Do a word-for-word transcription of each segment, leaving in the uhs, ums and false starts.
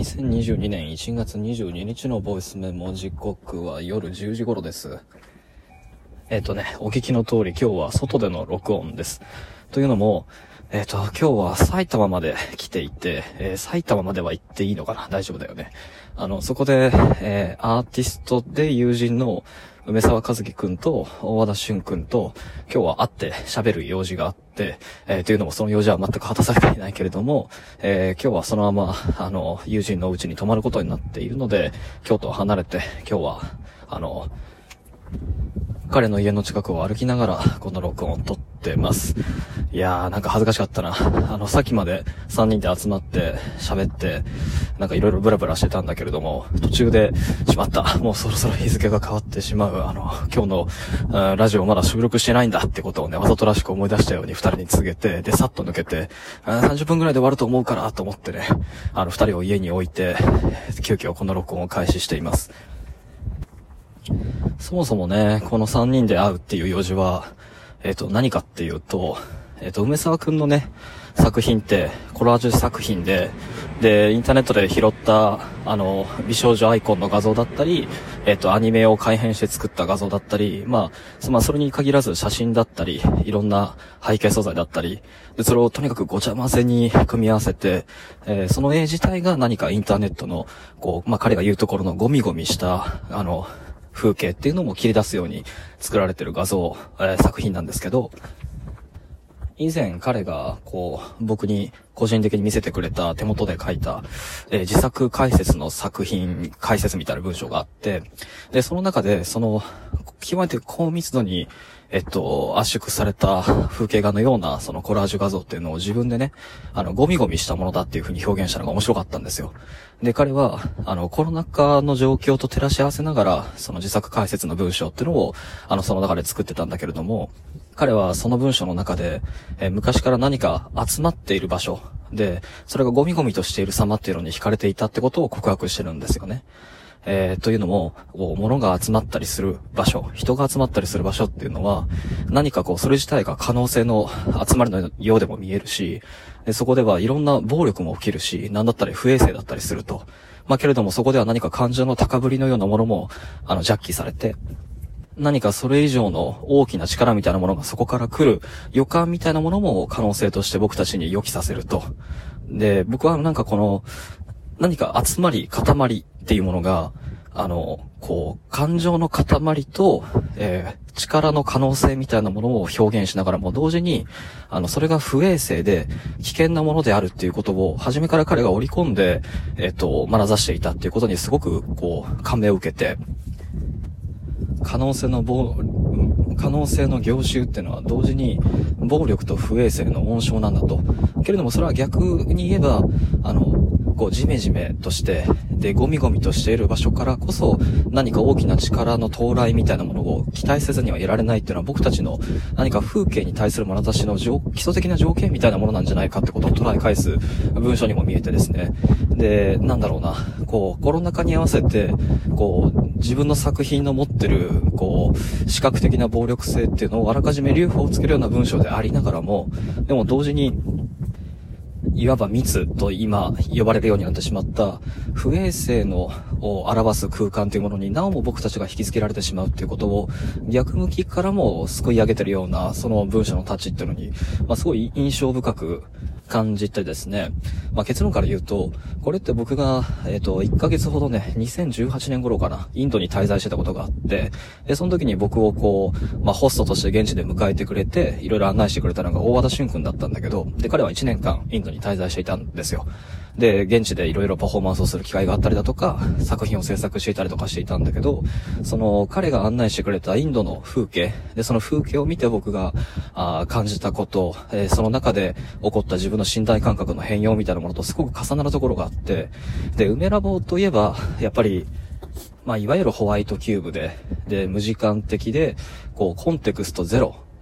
にせんにじゅうにねんいちがつにじゅうににちのボイスメモ、時刻は夜じゅうじ頃です。えっとね、お聞きの通り今日は外での録音です。というのも、えっと、今日は埼玉まで来ていて、えー、埼玉までは行っていいのかな？大丈夫だよね。あの、そこで、えー、アーティストで友人の梅沢和樹くんと大和田俊くんと今日は会って喋る用事があって、えー、というのもその用事は全く果たされていないけれども、えー、今日はそのまま、あの、友人の家に泊まることになっているので、京都を離れて今日は、あの、彼の家の近くを歩きながらこの録音を撮ってます。いやーなんか恥ずかしかったな。あのさっきまでさんにんで集まって喋ってなんかいろいろブラブラしてたんだけれども、途中でしまった。もうそろそろ日付が変わってしまう。あの今日のラジオまだ収録してないんだってことをね、わざとらしく思い出したようにふたりに告げて、でさっと抜けてさんじゅっぷんぐらいで終わると思うからと思ってね、あのふたりを家に置いて急遽この録音を開始しています。そもそもね、このさんにんで会うっていう用事は、えっと、何かっていうと、えっと、梅沢くんのね、作品って、コラージュ作品で、で、インターネットで拾った、あの、美少女アイコンの画像だったり、えっと、アニメを改編して作った画像だったり、まあ、まあ、それに限らず写真だったり、いろんな背景素材だったり、で、それをとにかくごちゃ混ぜに組み合わせて、えー、その絵自体が何かインターネットの、こう、まあ、彼が言うところのゴミゴミした、あの、風景っていうのも切り出すように作られてる画像、えー、作品なんですけど、以前彼がこう僕に個人的に見せてくれた手元で書いた、えー、自作解説の作品解説みたいな文章があって、でその中でその極めて高密度にえっと圧縮された風景画のようなそのコラージュ画像っていうのを自分でね、あのゴミゴミしたものだっていう風に表現したのが面白かったんですよ。で彼はあのコロナ禍の状況と照らし合わせながらその自作解説の文章っていうのをあのその中で作ってたんだけれども、彼はその文章の中で、えー、昔から何か集まっている場所で、それがゴミゴミとしている様っていうのに惹かれていたってことを告白してるんですよね。えー、というのも、こう、物が集まったりする場所、人が集まったりする場所っていうのは、何かこう、それ自体が可能性の集まりのようでも見えるし、でそこではいろんな暴力も起きるし、なんだったり不衛生だったりすると。まあ、けれどもそこでは何か感情の高ぶりのようなものも、あの、ジャッキされて、何かそれ以上の大きな力みたいなものがそこから来る予感みたいなものも可能性として僕たちに予期させると。で、僕はなんかこの何か集まり、塊っていうものが、あの、こう、感情の塊と、えー、力の可能性みたいなものを表現しながらも同時に、あの、それが不衛生で危険なものであるっていうことを初めから彼が織り込んで、えっと、眼差していたっていうことにすごくこう、感銘を受けて、可能性の暴、可能性の凝集っていうのは同時に暴力と不衛生の温床なんだと。けれどもそれは逆に言えば、あの、こうジメジメとして、で、ゴミゴミとしている場所からこそ何か大きな力の到来みたいなものを期待せずにはいられないっていうのは僕たちの何か風景に対する眼差しの基礎的な条件みたいなものなんじゃないかってことを捉え返す文章にも見えてですね。で、なんだろうな、こう、コロナ禍に合わせて、こう、自分の作品の持ってる、こう、視覚的な暴力性っていうのをあらかじめ留保をつけるような文章でありながらも、でも同時に、いわば密と今呼ばれるようになってしまった不衛生のを表す空間というものになおも僕たちが引き付けられてしまうっていうことを逆向きからもすくい上げてるようなその文章のタッチっていうのに、まあ、すごい印象深く感じてですね、まあ、結論から言うと、これって僕が、えっと、いっかげつほどね、にせんじゅうはちねん頃かな、インドに滞在してたことがあって、で、その時に僕をこう、まあ、ホストとして現地で迎えてくれて、いろいろ案内してくれたのが大和田俊くんだったんだけど、で、彼はいちねんかんインドに滞在していたんですよ。で、現地でいろいろパフォーマンスをする機会があったりだとか、作品を制作していたりとかしていたんだけど、その彼が案内してくれたインドの風景、で、その風景を見て僕があ感じたこと、えー、その中で起こった自分の身体感覚の変容みたいなものとすごく重なるところがあって、で、梅ラボといえば、やっぱり、まあ、いわゆるホワイトキューブで、で、無時間的で、こう、コンテクストゼロ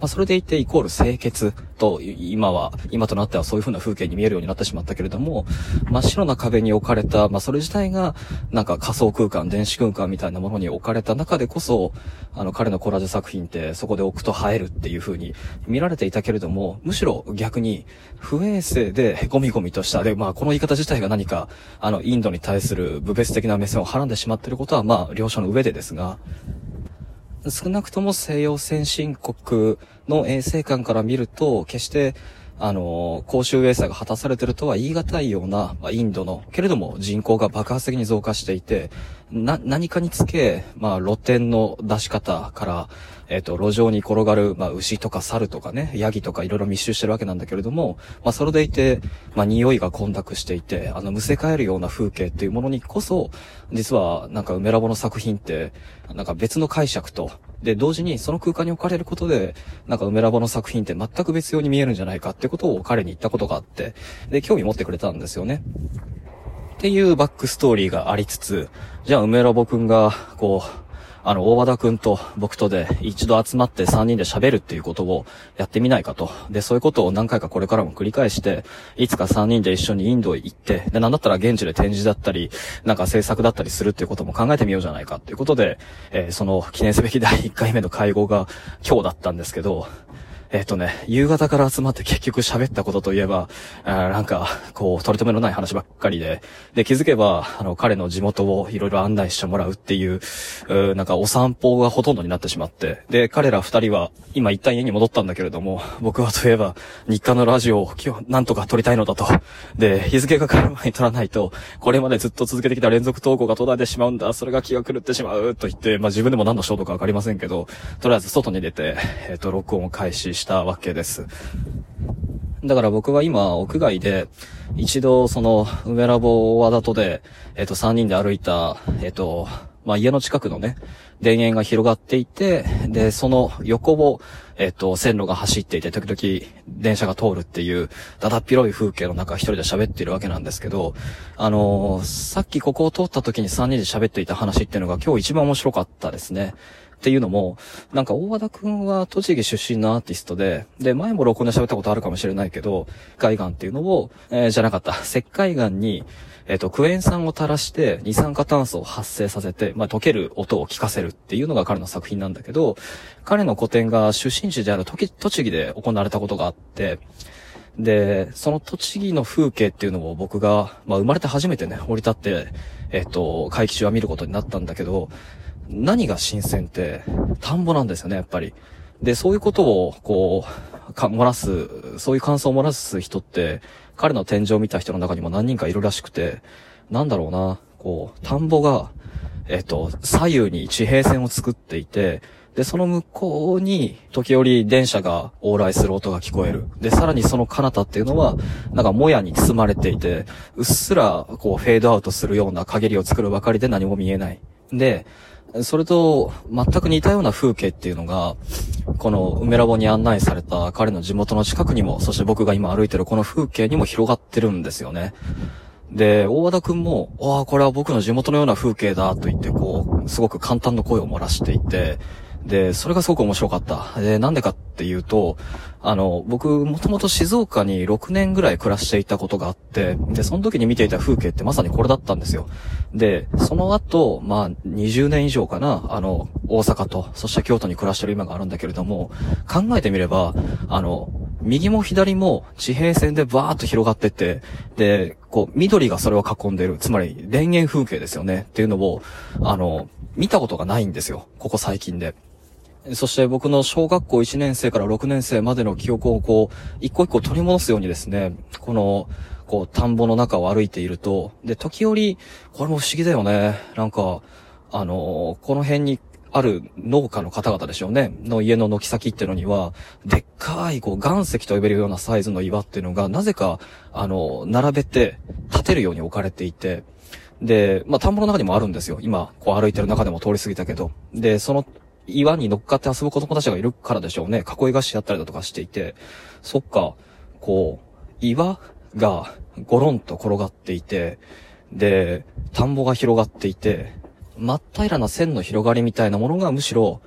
まあ、それでいてイコール清潔と、今は、今となってはそういう風な風景に見えるようになってしまったけれども、真っ白な壁に置かれた、まあ、それ自体が、なんか仮想空間、電子空間みたいなものに置かれた中でこそ、あの、彼のコラージュ作品ってそこで置くと映えるっていう風に見られていたけれども、むしろ逆に、不衛生でゴミゴミとした、で、まあ、この言い方自体が何か、あの、インドに対する侮蔑的な目線をはらんでしまっていることは、まあ、了承の上でですが、少なくとも西洋先進国の衛生観から見ると、決して、あの、公衆衛生が果たされているとは言い難いような、まあ、インドの、けれども人口が爆発的に増加していて、な、何かにつけ、まあ、露店の出し方から、えっと、路上に転がる、まあ、牛とか猿とかね、ヤギとかいろいろ密集してるわけなんだけれども、まあ、それでいて、まあ、匂いが混濁していて、あの、むせ返るような風景っていうものにこそ、実は、なんか、梅ラボの作品って、なんか別の解釈と、で、同時にその空間に置かれることで、なんか梅ラボの作品って全く別様に見えるんじゃないかってことを彼に言ったことがあって、で、興味持ってくれたんですよね。っていうバックストーリーがありつつ、じゃあ梅ラボくんが、こう、あの、大和田くんと僕とで一度集まってさんにんで喋るっていうことをやってみないかと。で、そういうことを何回かこれからも繰り返して、いつかさんにんで一緒にインドへ行って、で、なんだったら現地で展示だったり、なんか制作だったりするっていうことも考えてみようじゃないかっていうことで、えー、その記念すべきだいいっかいめの会合が今日だったんですけど、えっとね、夕方から集まって結局喋ったことといえば、あなんか、こう、取り留めのない話ばっかりで、で、気づけば、あの、彼の地元をいろいろ案内してもらうっていう、うなんかお散歩がほとんどになってしまって、で、彼ら二人は、今一旦家に戻ったんだけれども、僕はといえば、日課のラジオを今日なんとか撮りたいのだと。で、日付が変わる前に撮らないと、これまでずっと続けてきた連続投稿が途絶えてしまうんだ、それが気が狂ってしまう、と言って、まあ自分でも何の衝動かわかりませんけど、とりあえず外に出て、えっと、録音を開始したわけです。だから僕は今屋外で一度その梅ラボ和田とでえっとさんにんで歩いたえっとまあ家の近くのね田園が広がっていて、でその横をえっと線路が走っていて時々電車が通るっていうだだっ広い風景の中一人で喋っているわけなんですけど、あのー、さっきここを通った時にさんにんで喋っていた話っていうのが今日一番面白かったですね。っていうのも、なんか大和田くんは栃木出身のアーティストで、で、前も録音で喋ったことあるかもしれないけど、海岸っていうのを、えー、じゃなかった、石灰岩に、えっと、クエン酸を垂らして二酸化炭素を発生させて、まあ、溶ける音を聞かせるっていうのが彼の作品なんだけど、彼の個展が出身地である栃木で行われたことがあって、で、その栃木の風景っていうのを僕が、まあ、生まれて初めてね、降り立って、えっと、会期中は見ることになったんだけど、何が新鮮って、田んぼなんですよね、やっぱり。で、そういうことを、こう、か、漏らす、そういう感想を漏らす人って、彼の展示を見た人の中にも何人かいるらしくて、なんだろうな、こう、田んぼが、えっと、左右に地平線を作っていて、で、その向こうに、時折電車が往来する音が聞こえる。で、さらにその彼方っていうのは、なんかもやに包まれていて、うっすら、こう、フェードアウトするような陰りを作るばかりで何も見えない。で、それと全く似たような風景っていうのが、この梅ラボに案内された彼の地元の近くにも、そして僕が今歩いてるこの風景にも広がってるんですよね。で、大和田くんも、ああ、これは僕の地元のような風景だと言って、こう、すごく簡単な声を漏らしていて、で、それがすごく面白かった。で、なんでかっていうと、あの、僕、もともと静岡にろくねんぐらい暮らしていたことがあって、で、その時に見ていた風景ってまさにこれだったんですよ。で、その後、まあ、にじゅうねん以上かな、あの、大阪と、そして京都に暮らしてる今があるんだけれども、考えてみれば、あの、右も左も地平線でバーッと広がってって、で、こう、緑がそれを囲んでる、つまり田園風景ですよね、っていうのを、あの、見たことがないんですよ、ここ最近で。そして僕の小学校いちねん生からろくねん生までの記憶をこう、一個一個取り戻すようにですね、この、こう、田んぼの中を歩いていると、で、時折、これも不思議だよね。なんか、あの、この辺にある農家の方々でしょうね、の家の軒先っていうのには、でっかい、こう、岩石と呼べるようなサイズの岩っていうのが、なぜか、あの、並べて、立てるように置かれていて、で、まあ、田んぼの中にもあるんですよ。今、こう歩いてる中でも通り過ぎたけど。で、その、岩に乗っかって遊ぶ子供たちがいるからでしょうね。囲い菓子やったりだとかしていて、そっか、こう、岩がゴロンと転がっていて、で、田んぼが広がっていて、真っ平らな線の広がりみたいなものがむしろ、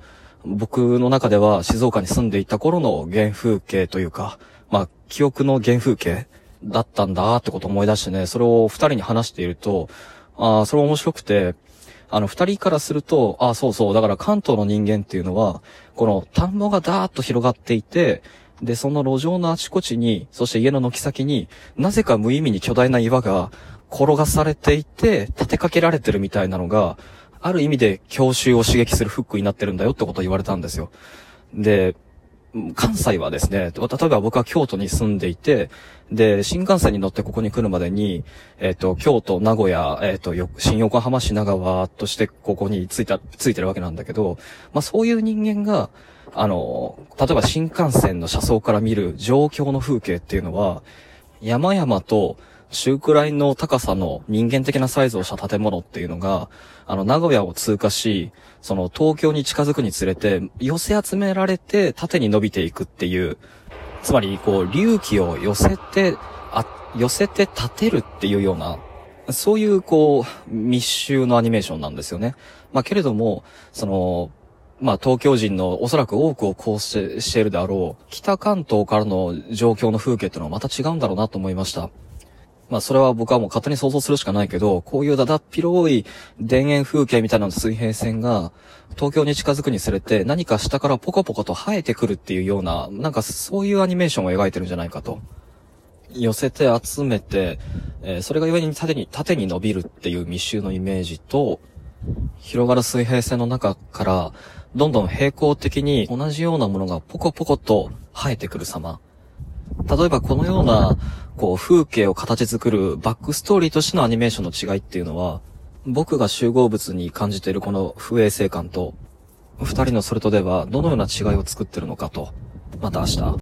僕の中では静岡に住んでいた頃の原風景というか、まあ、記憶の原風景だったんだってことを思い出してね、それを二人に話していると、ああ、それ面白くて、あの、二人からすると、ああ、そうそう、だから関東の人間っていうのは、この田んぼがダーッと広がっていて、で、その路上のあちこちに、そして家の軒先に、なぜか無意味に巨大な岩が転がされていて、立てかけられてるみたいなのが、ある意味で郷愁を刺激するフックになってるんだよってことを言われたんですよ。で、関西はですね、例えば僕は京都に住んでいて、で、新幹線に乗ってここに来るまでに、えっと、京都、名古屋、えっと、新横浜、品川としてここに着いた、着いてるわけなんだけど、まあそういう人間が、あの、例えば新幹線の車窓から見る状況の風景っていうのは、山々と中くらいの高さの人間的なサイズをした建物っていうのが、あの、名古屋を通過し、その東京に近づくにつれて、寄せ集められて縦に伸びていくっていう、つまり、こう、隆起を寄せて、あ、寄せて立てるっていうような、そういう、こう、密集のアニメーションなんですよね。まあ、けれども、その、まあ、東京人のおそらく多くを構成しているであろう、北関東からの状況の風景っていうのはまた違うんだろうなと思いました。まあ、それは僕はもう勝手に想像するしかないけど、こういうだだっ広い田園風景みたいな水平線が、東京に近づくにつれて何か下からポコポコと生えてくるっていうような、なんかそういうアニメーションを描いてるんじゃないかと。寄せて集めて、えー、それが故に縦に、縦に伸びるっていう密集のイメージと、広がる水平線の中から、どんどん平行的に同じようなものがポコポコと生えてくる様。例えばこのような、こう、風景を形作るバックストーリーとしてのアニメーションの違いっていうのは、僕が集合物に感じているこの不衛生感と、二人のそれとではどのような違いを作ってるのかと、また明日。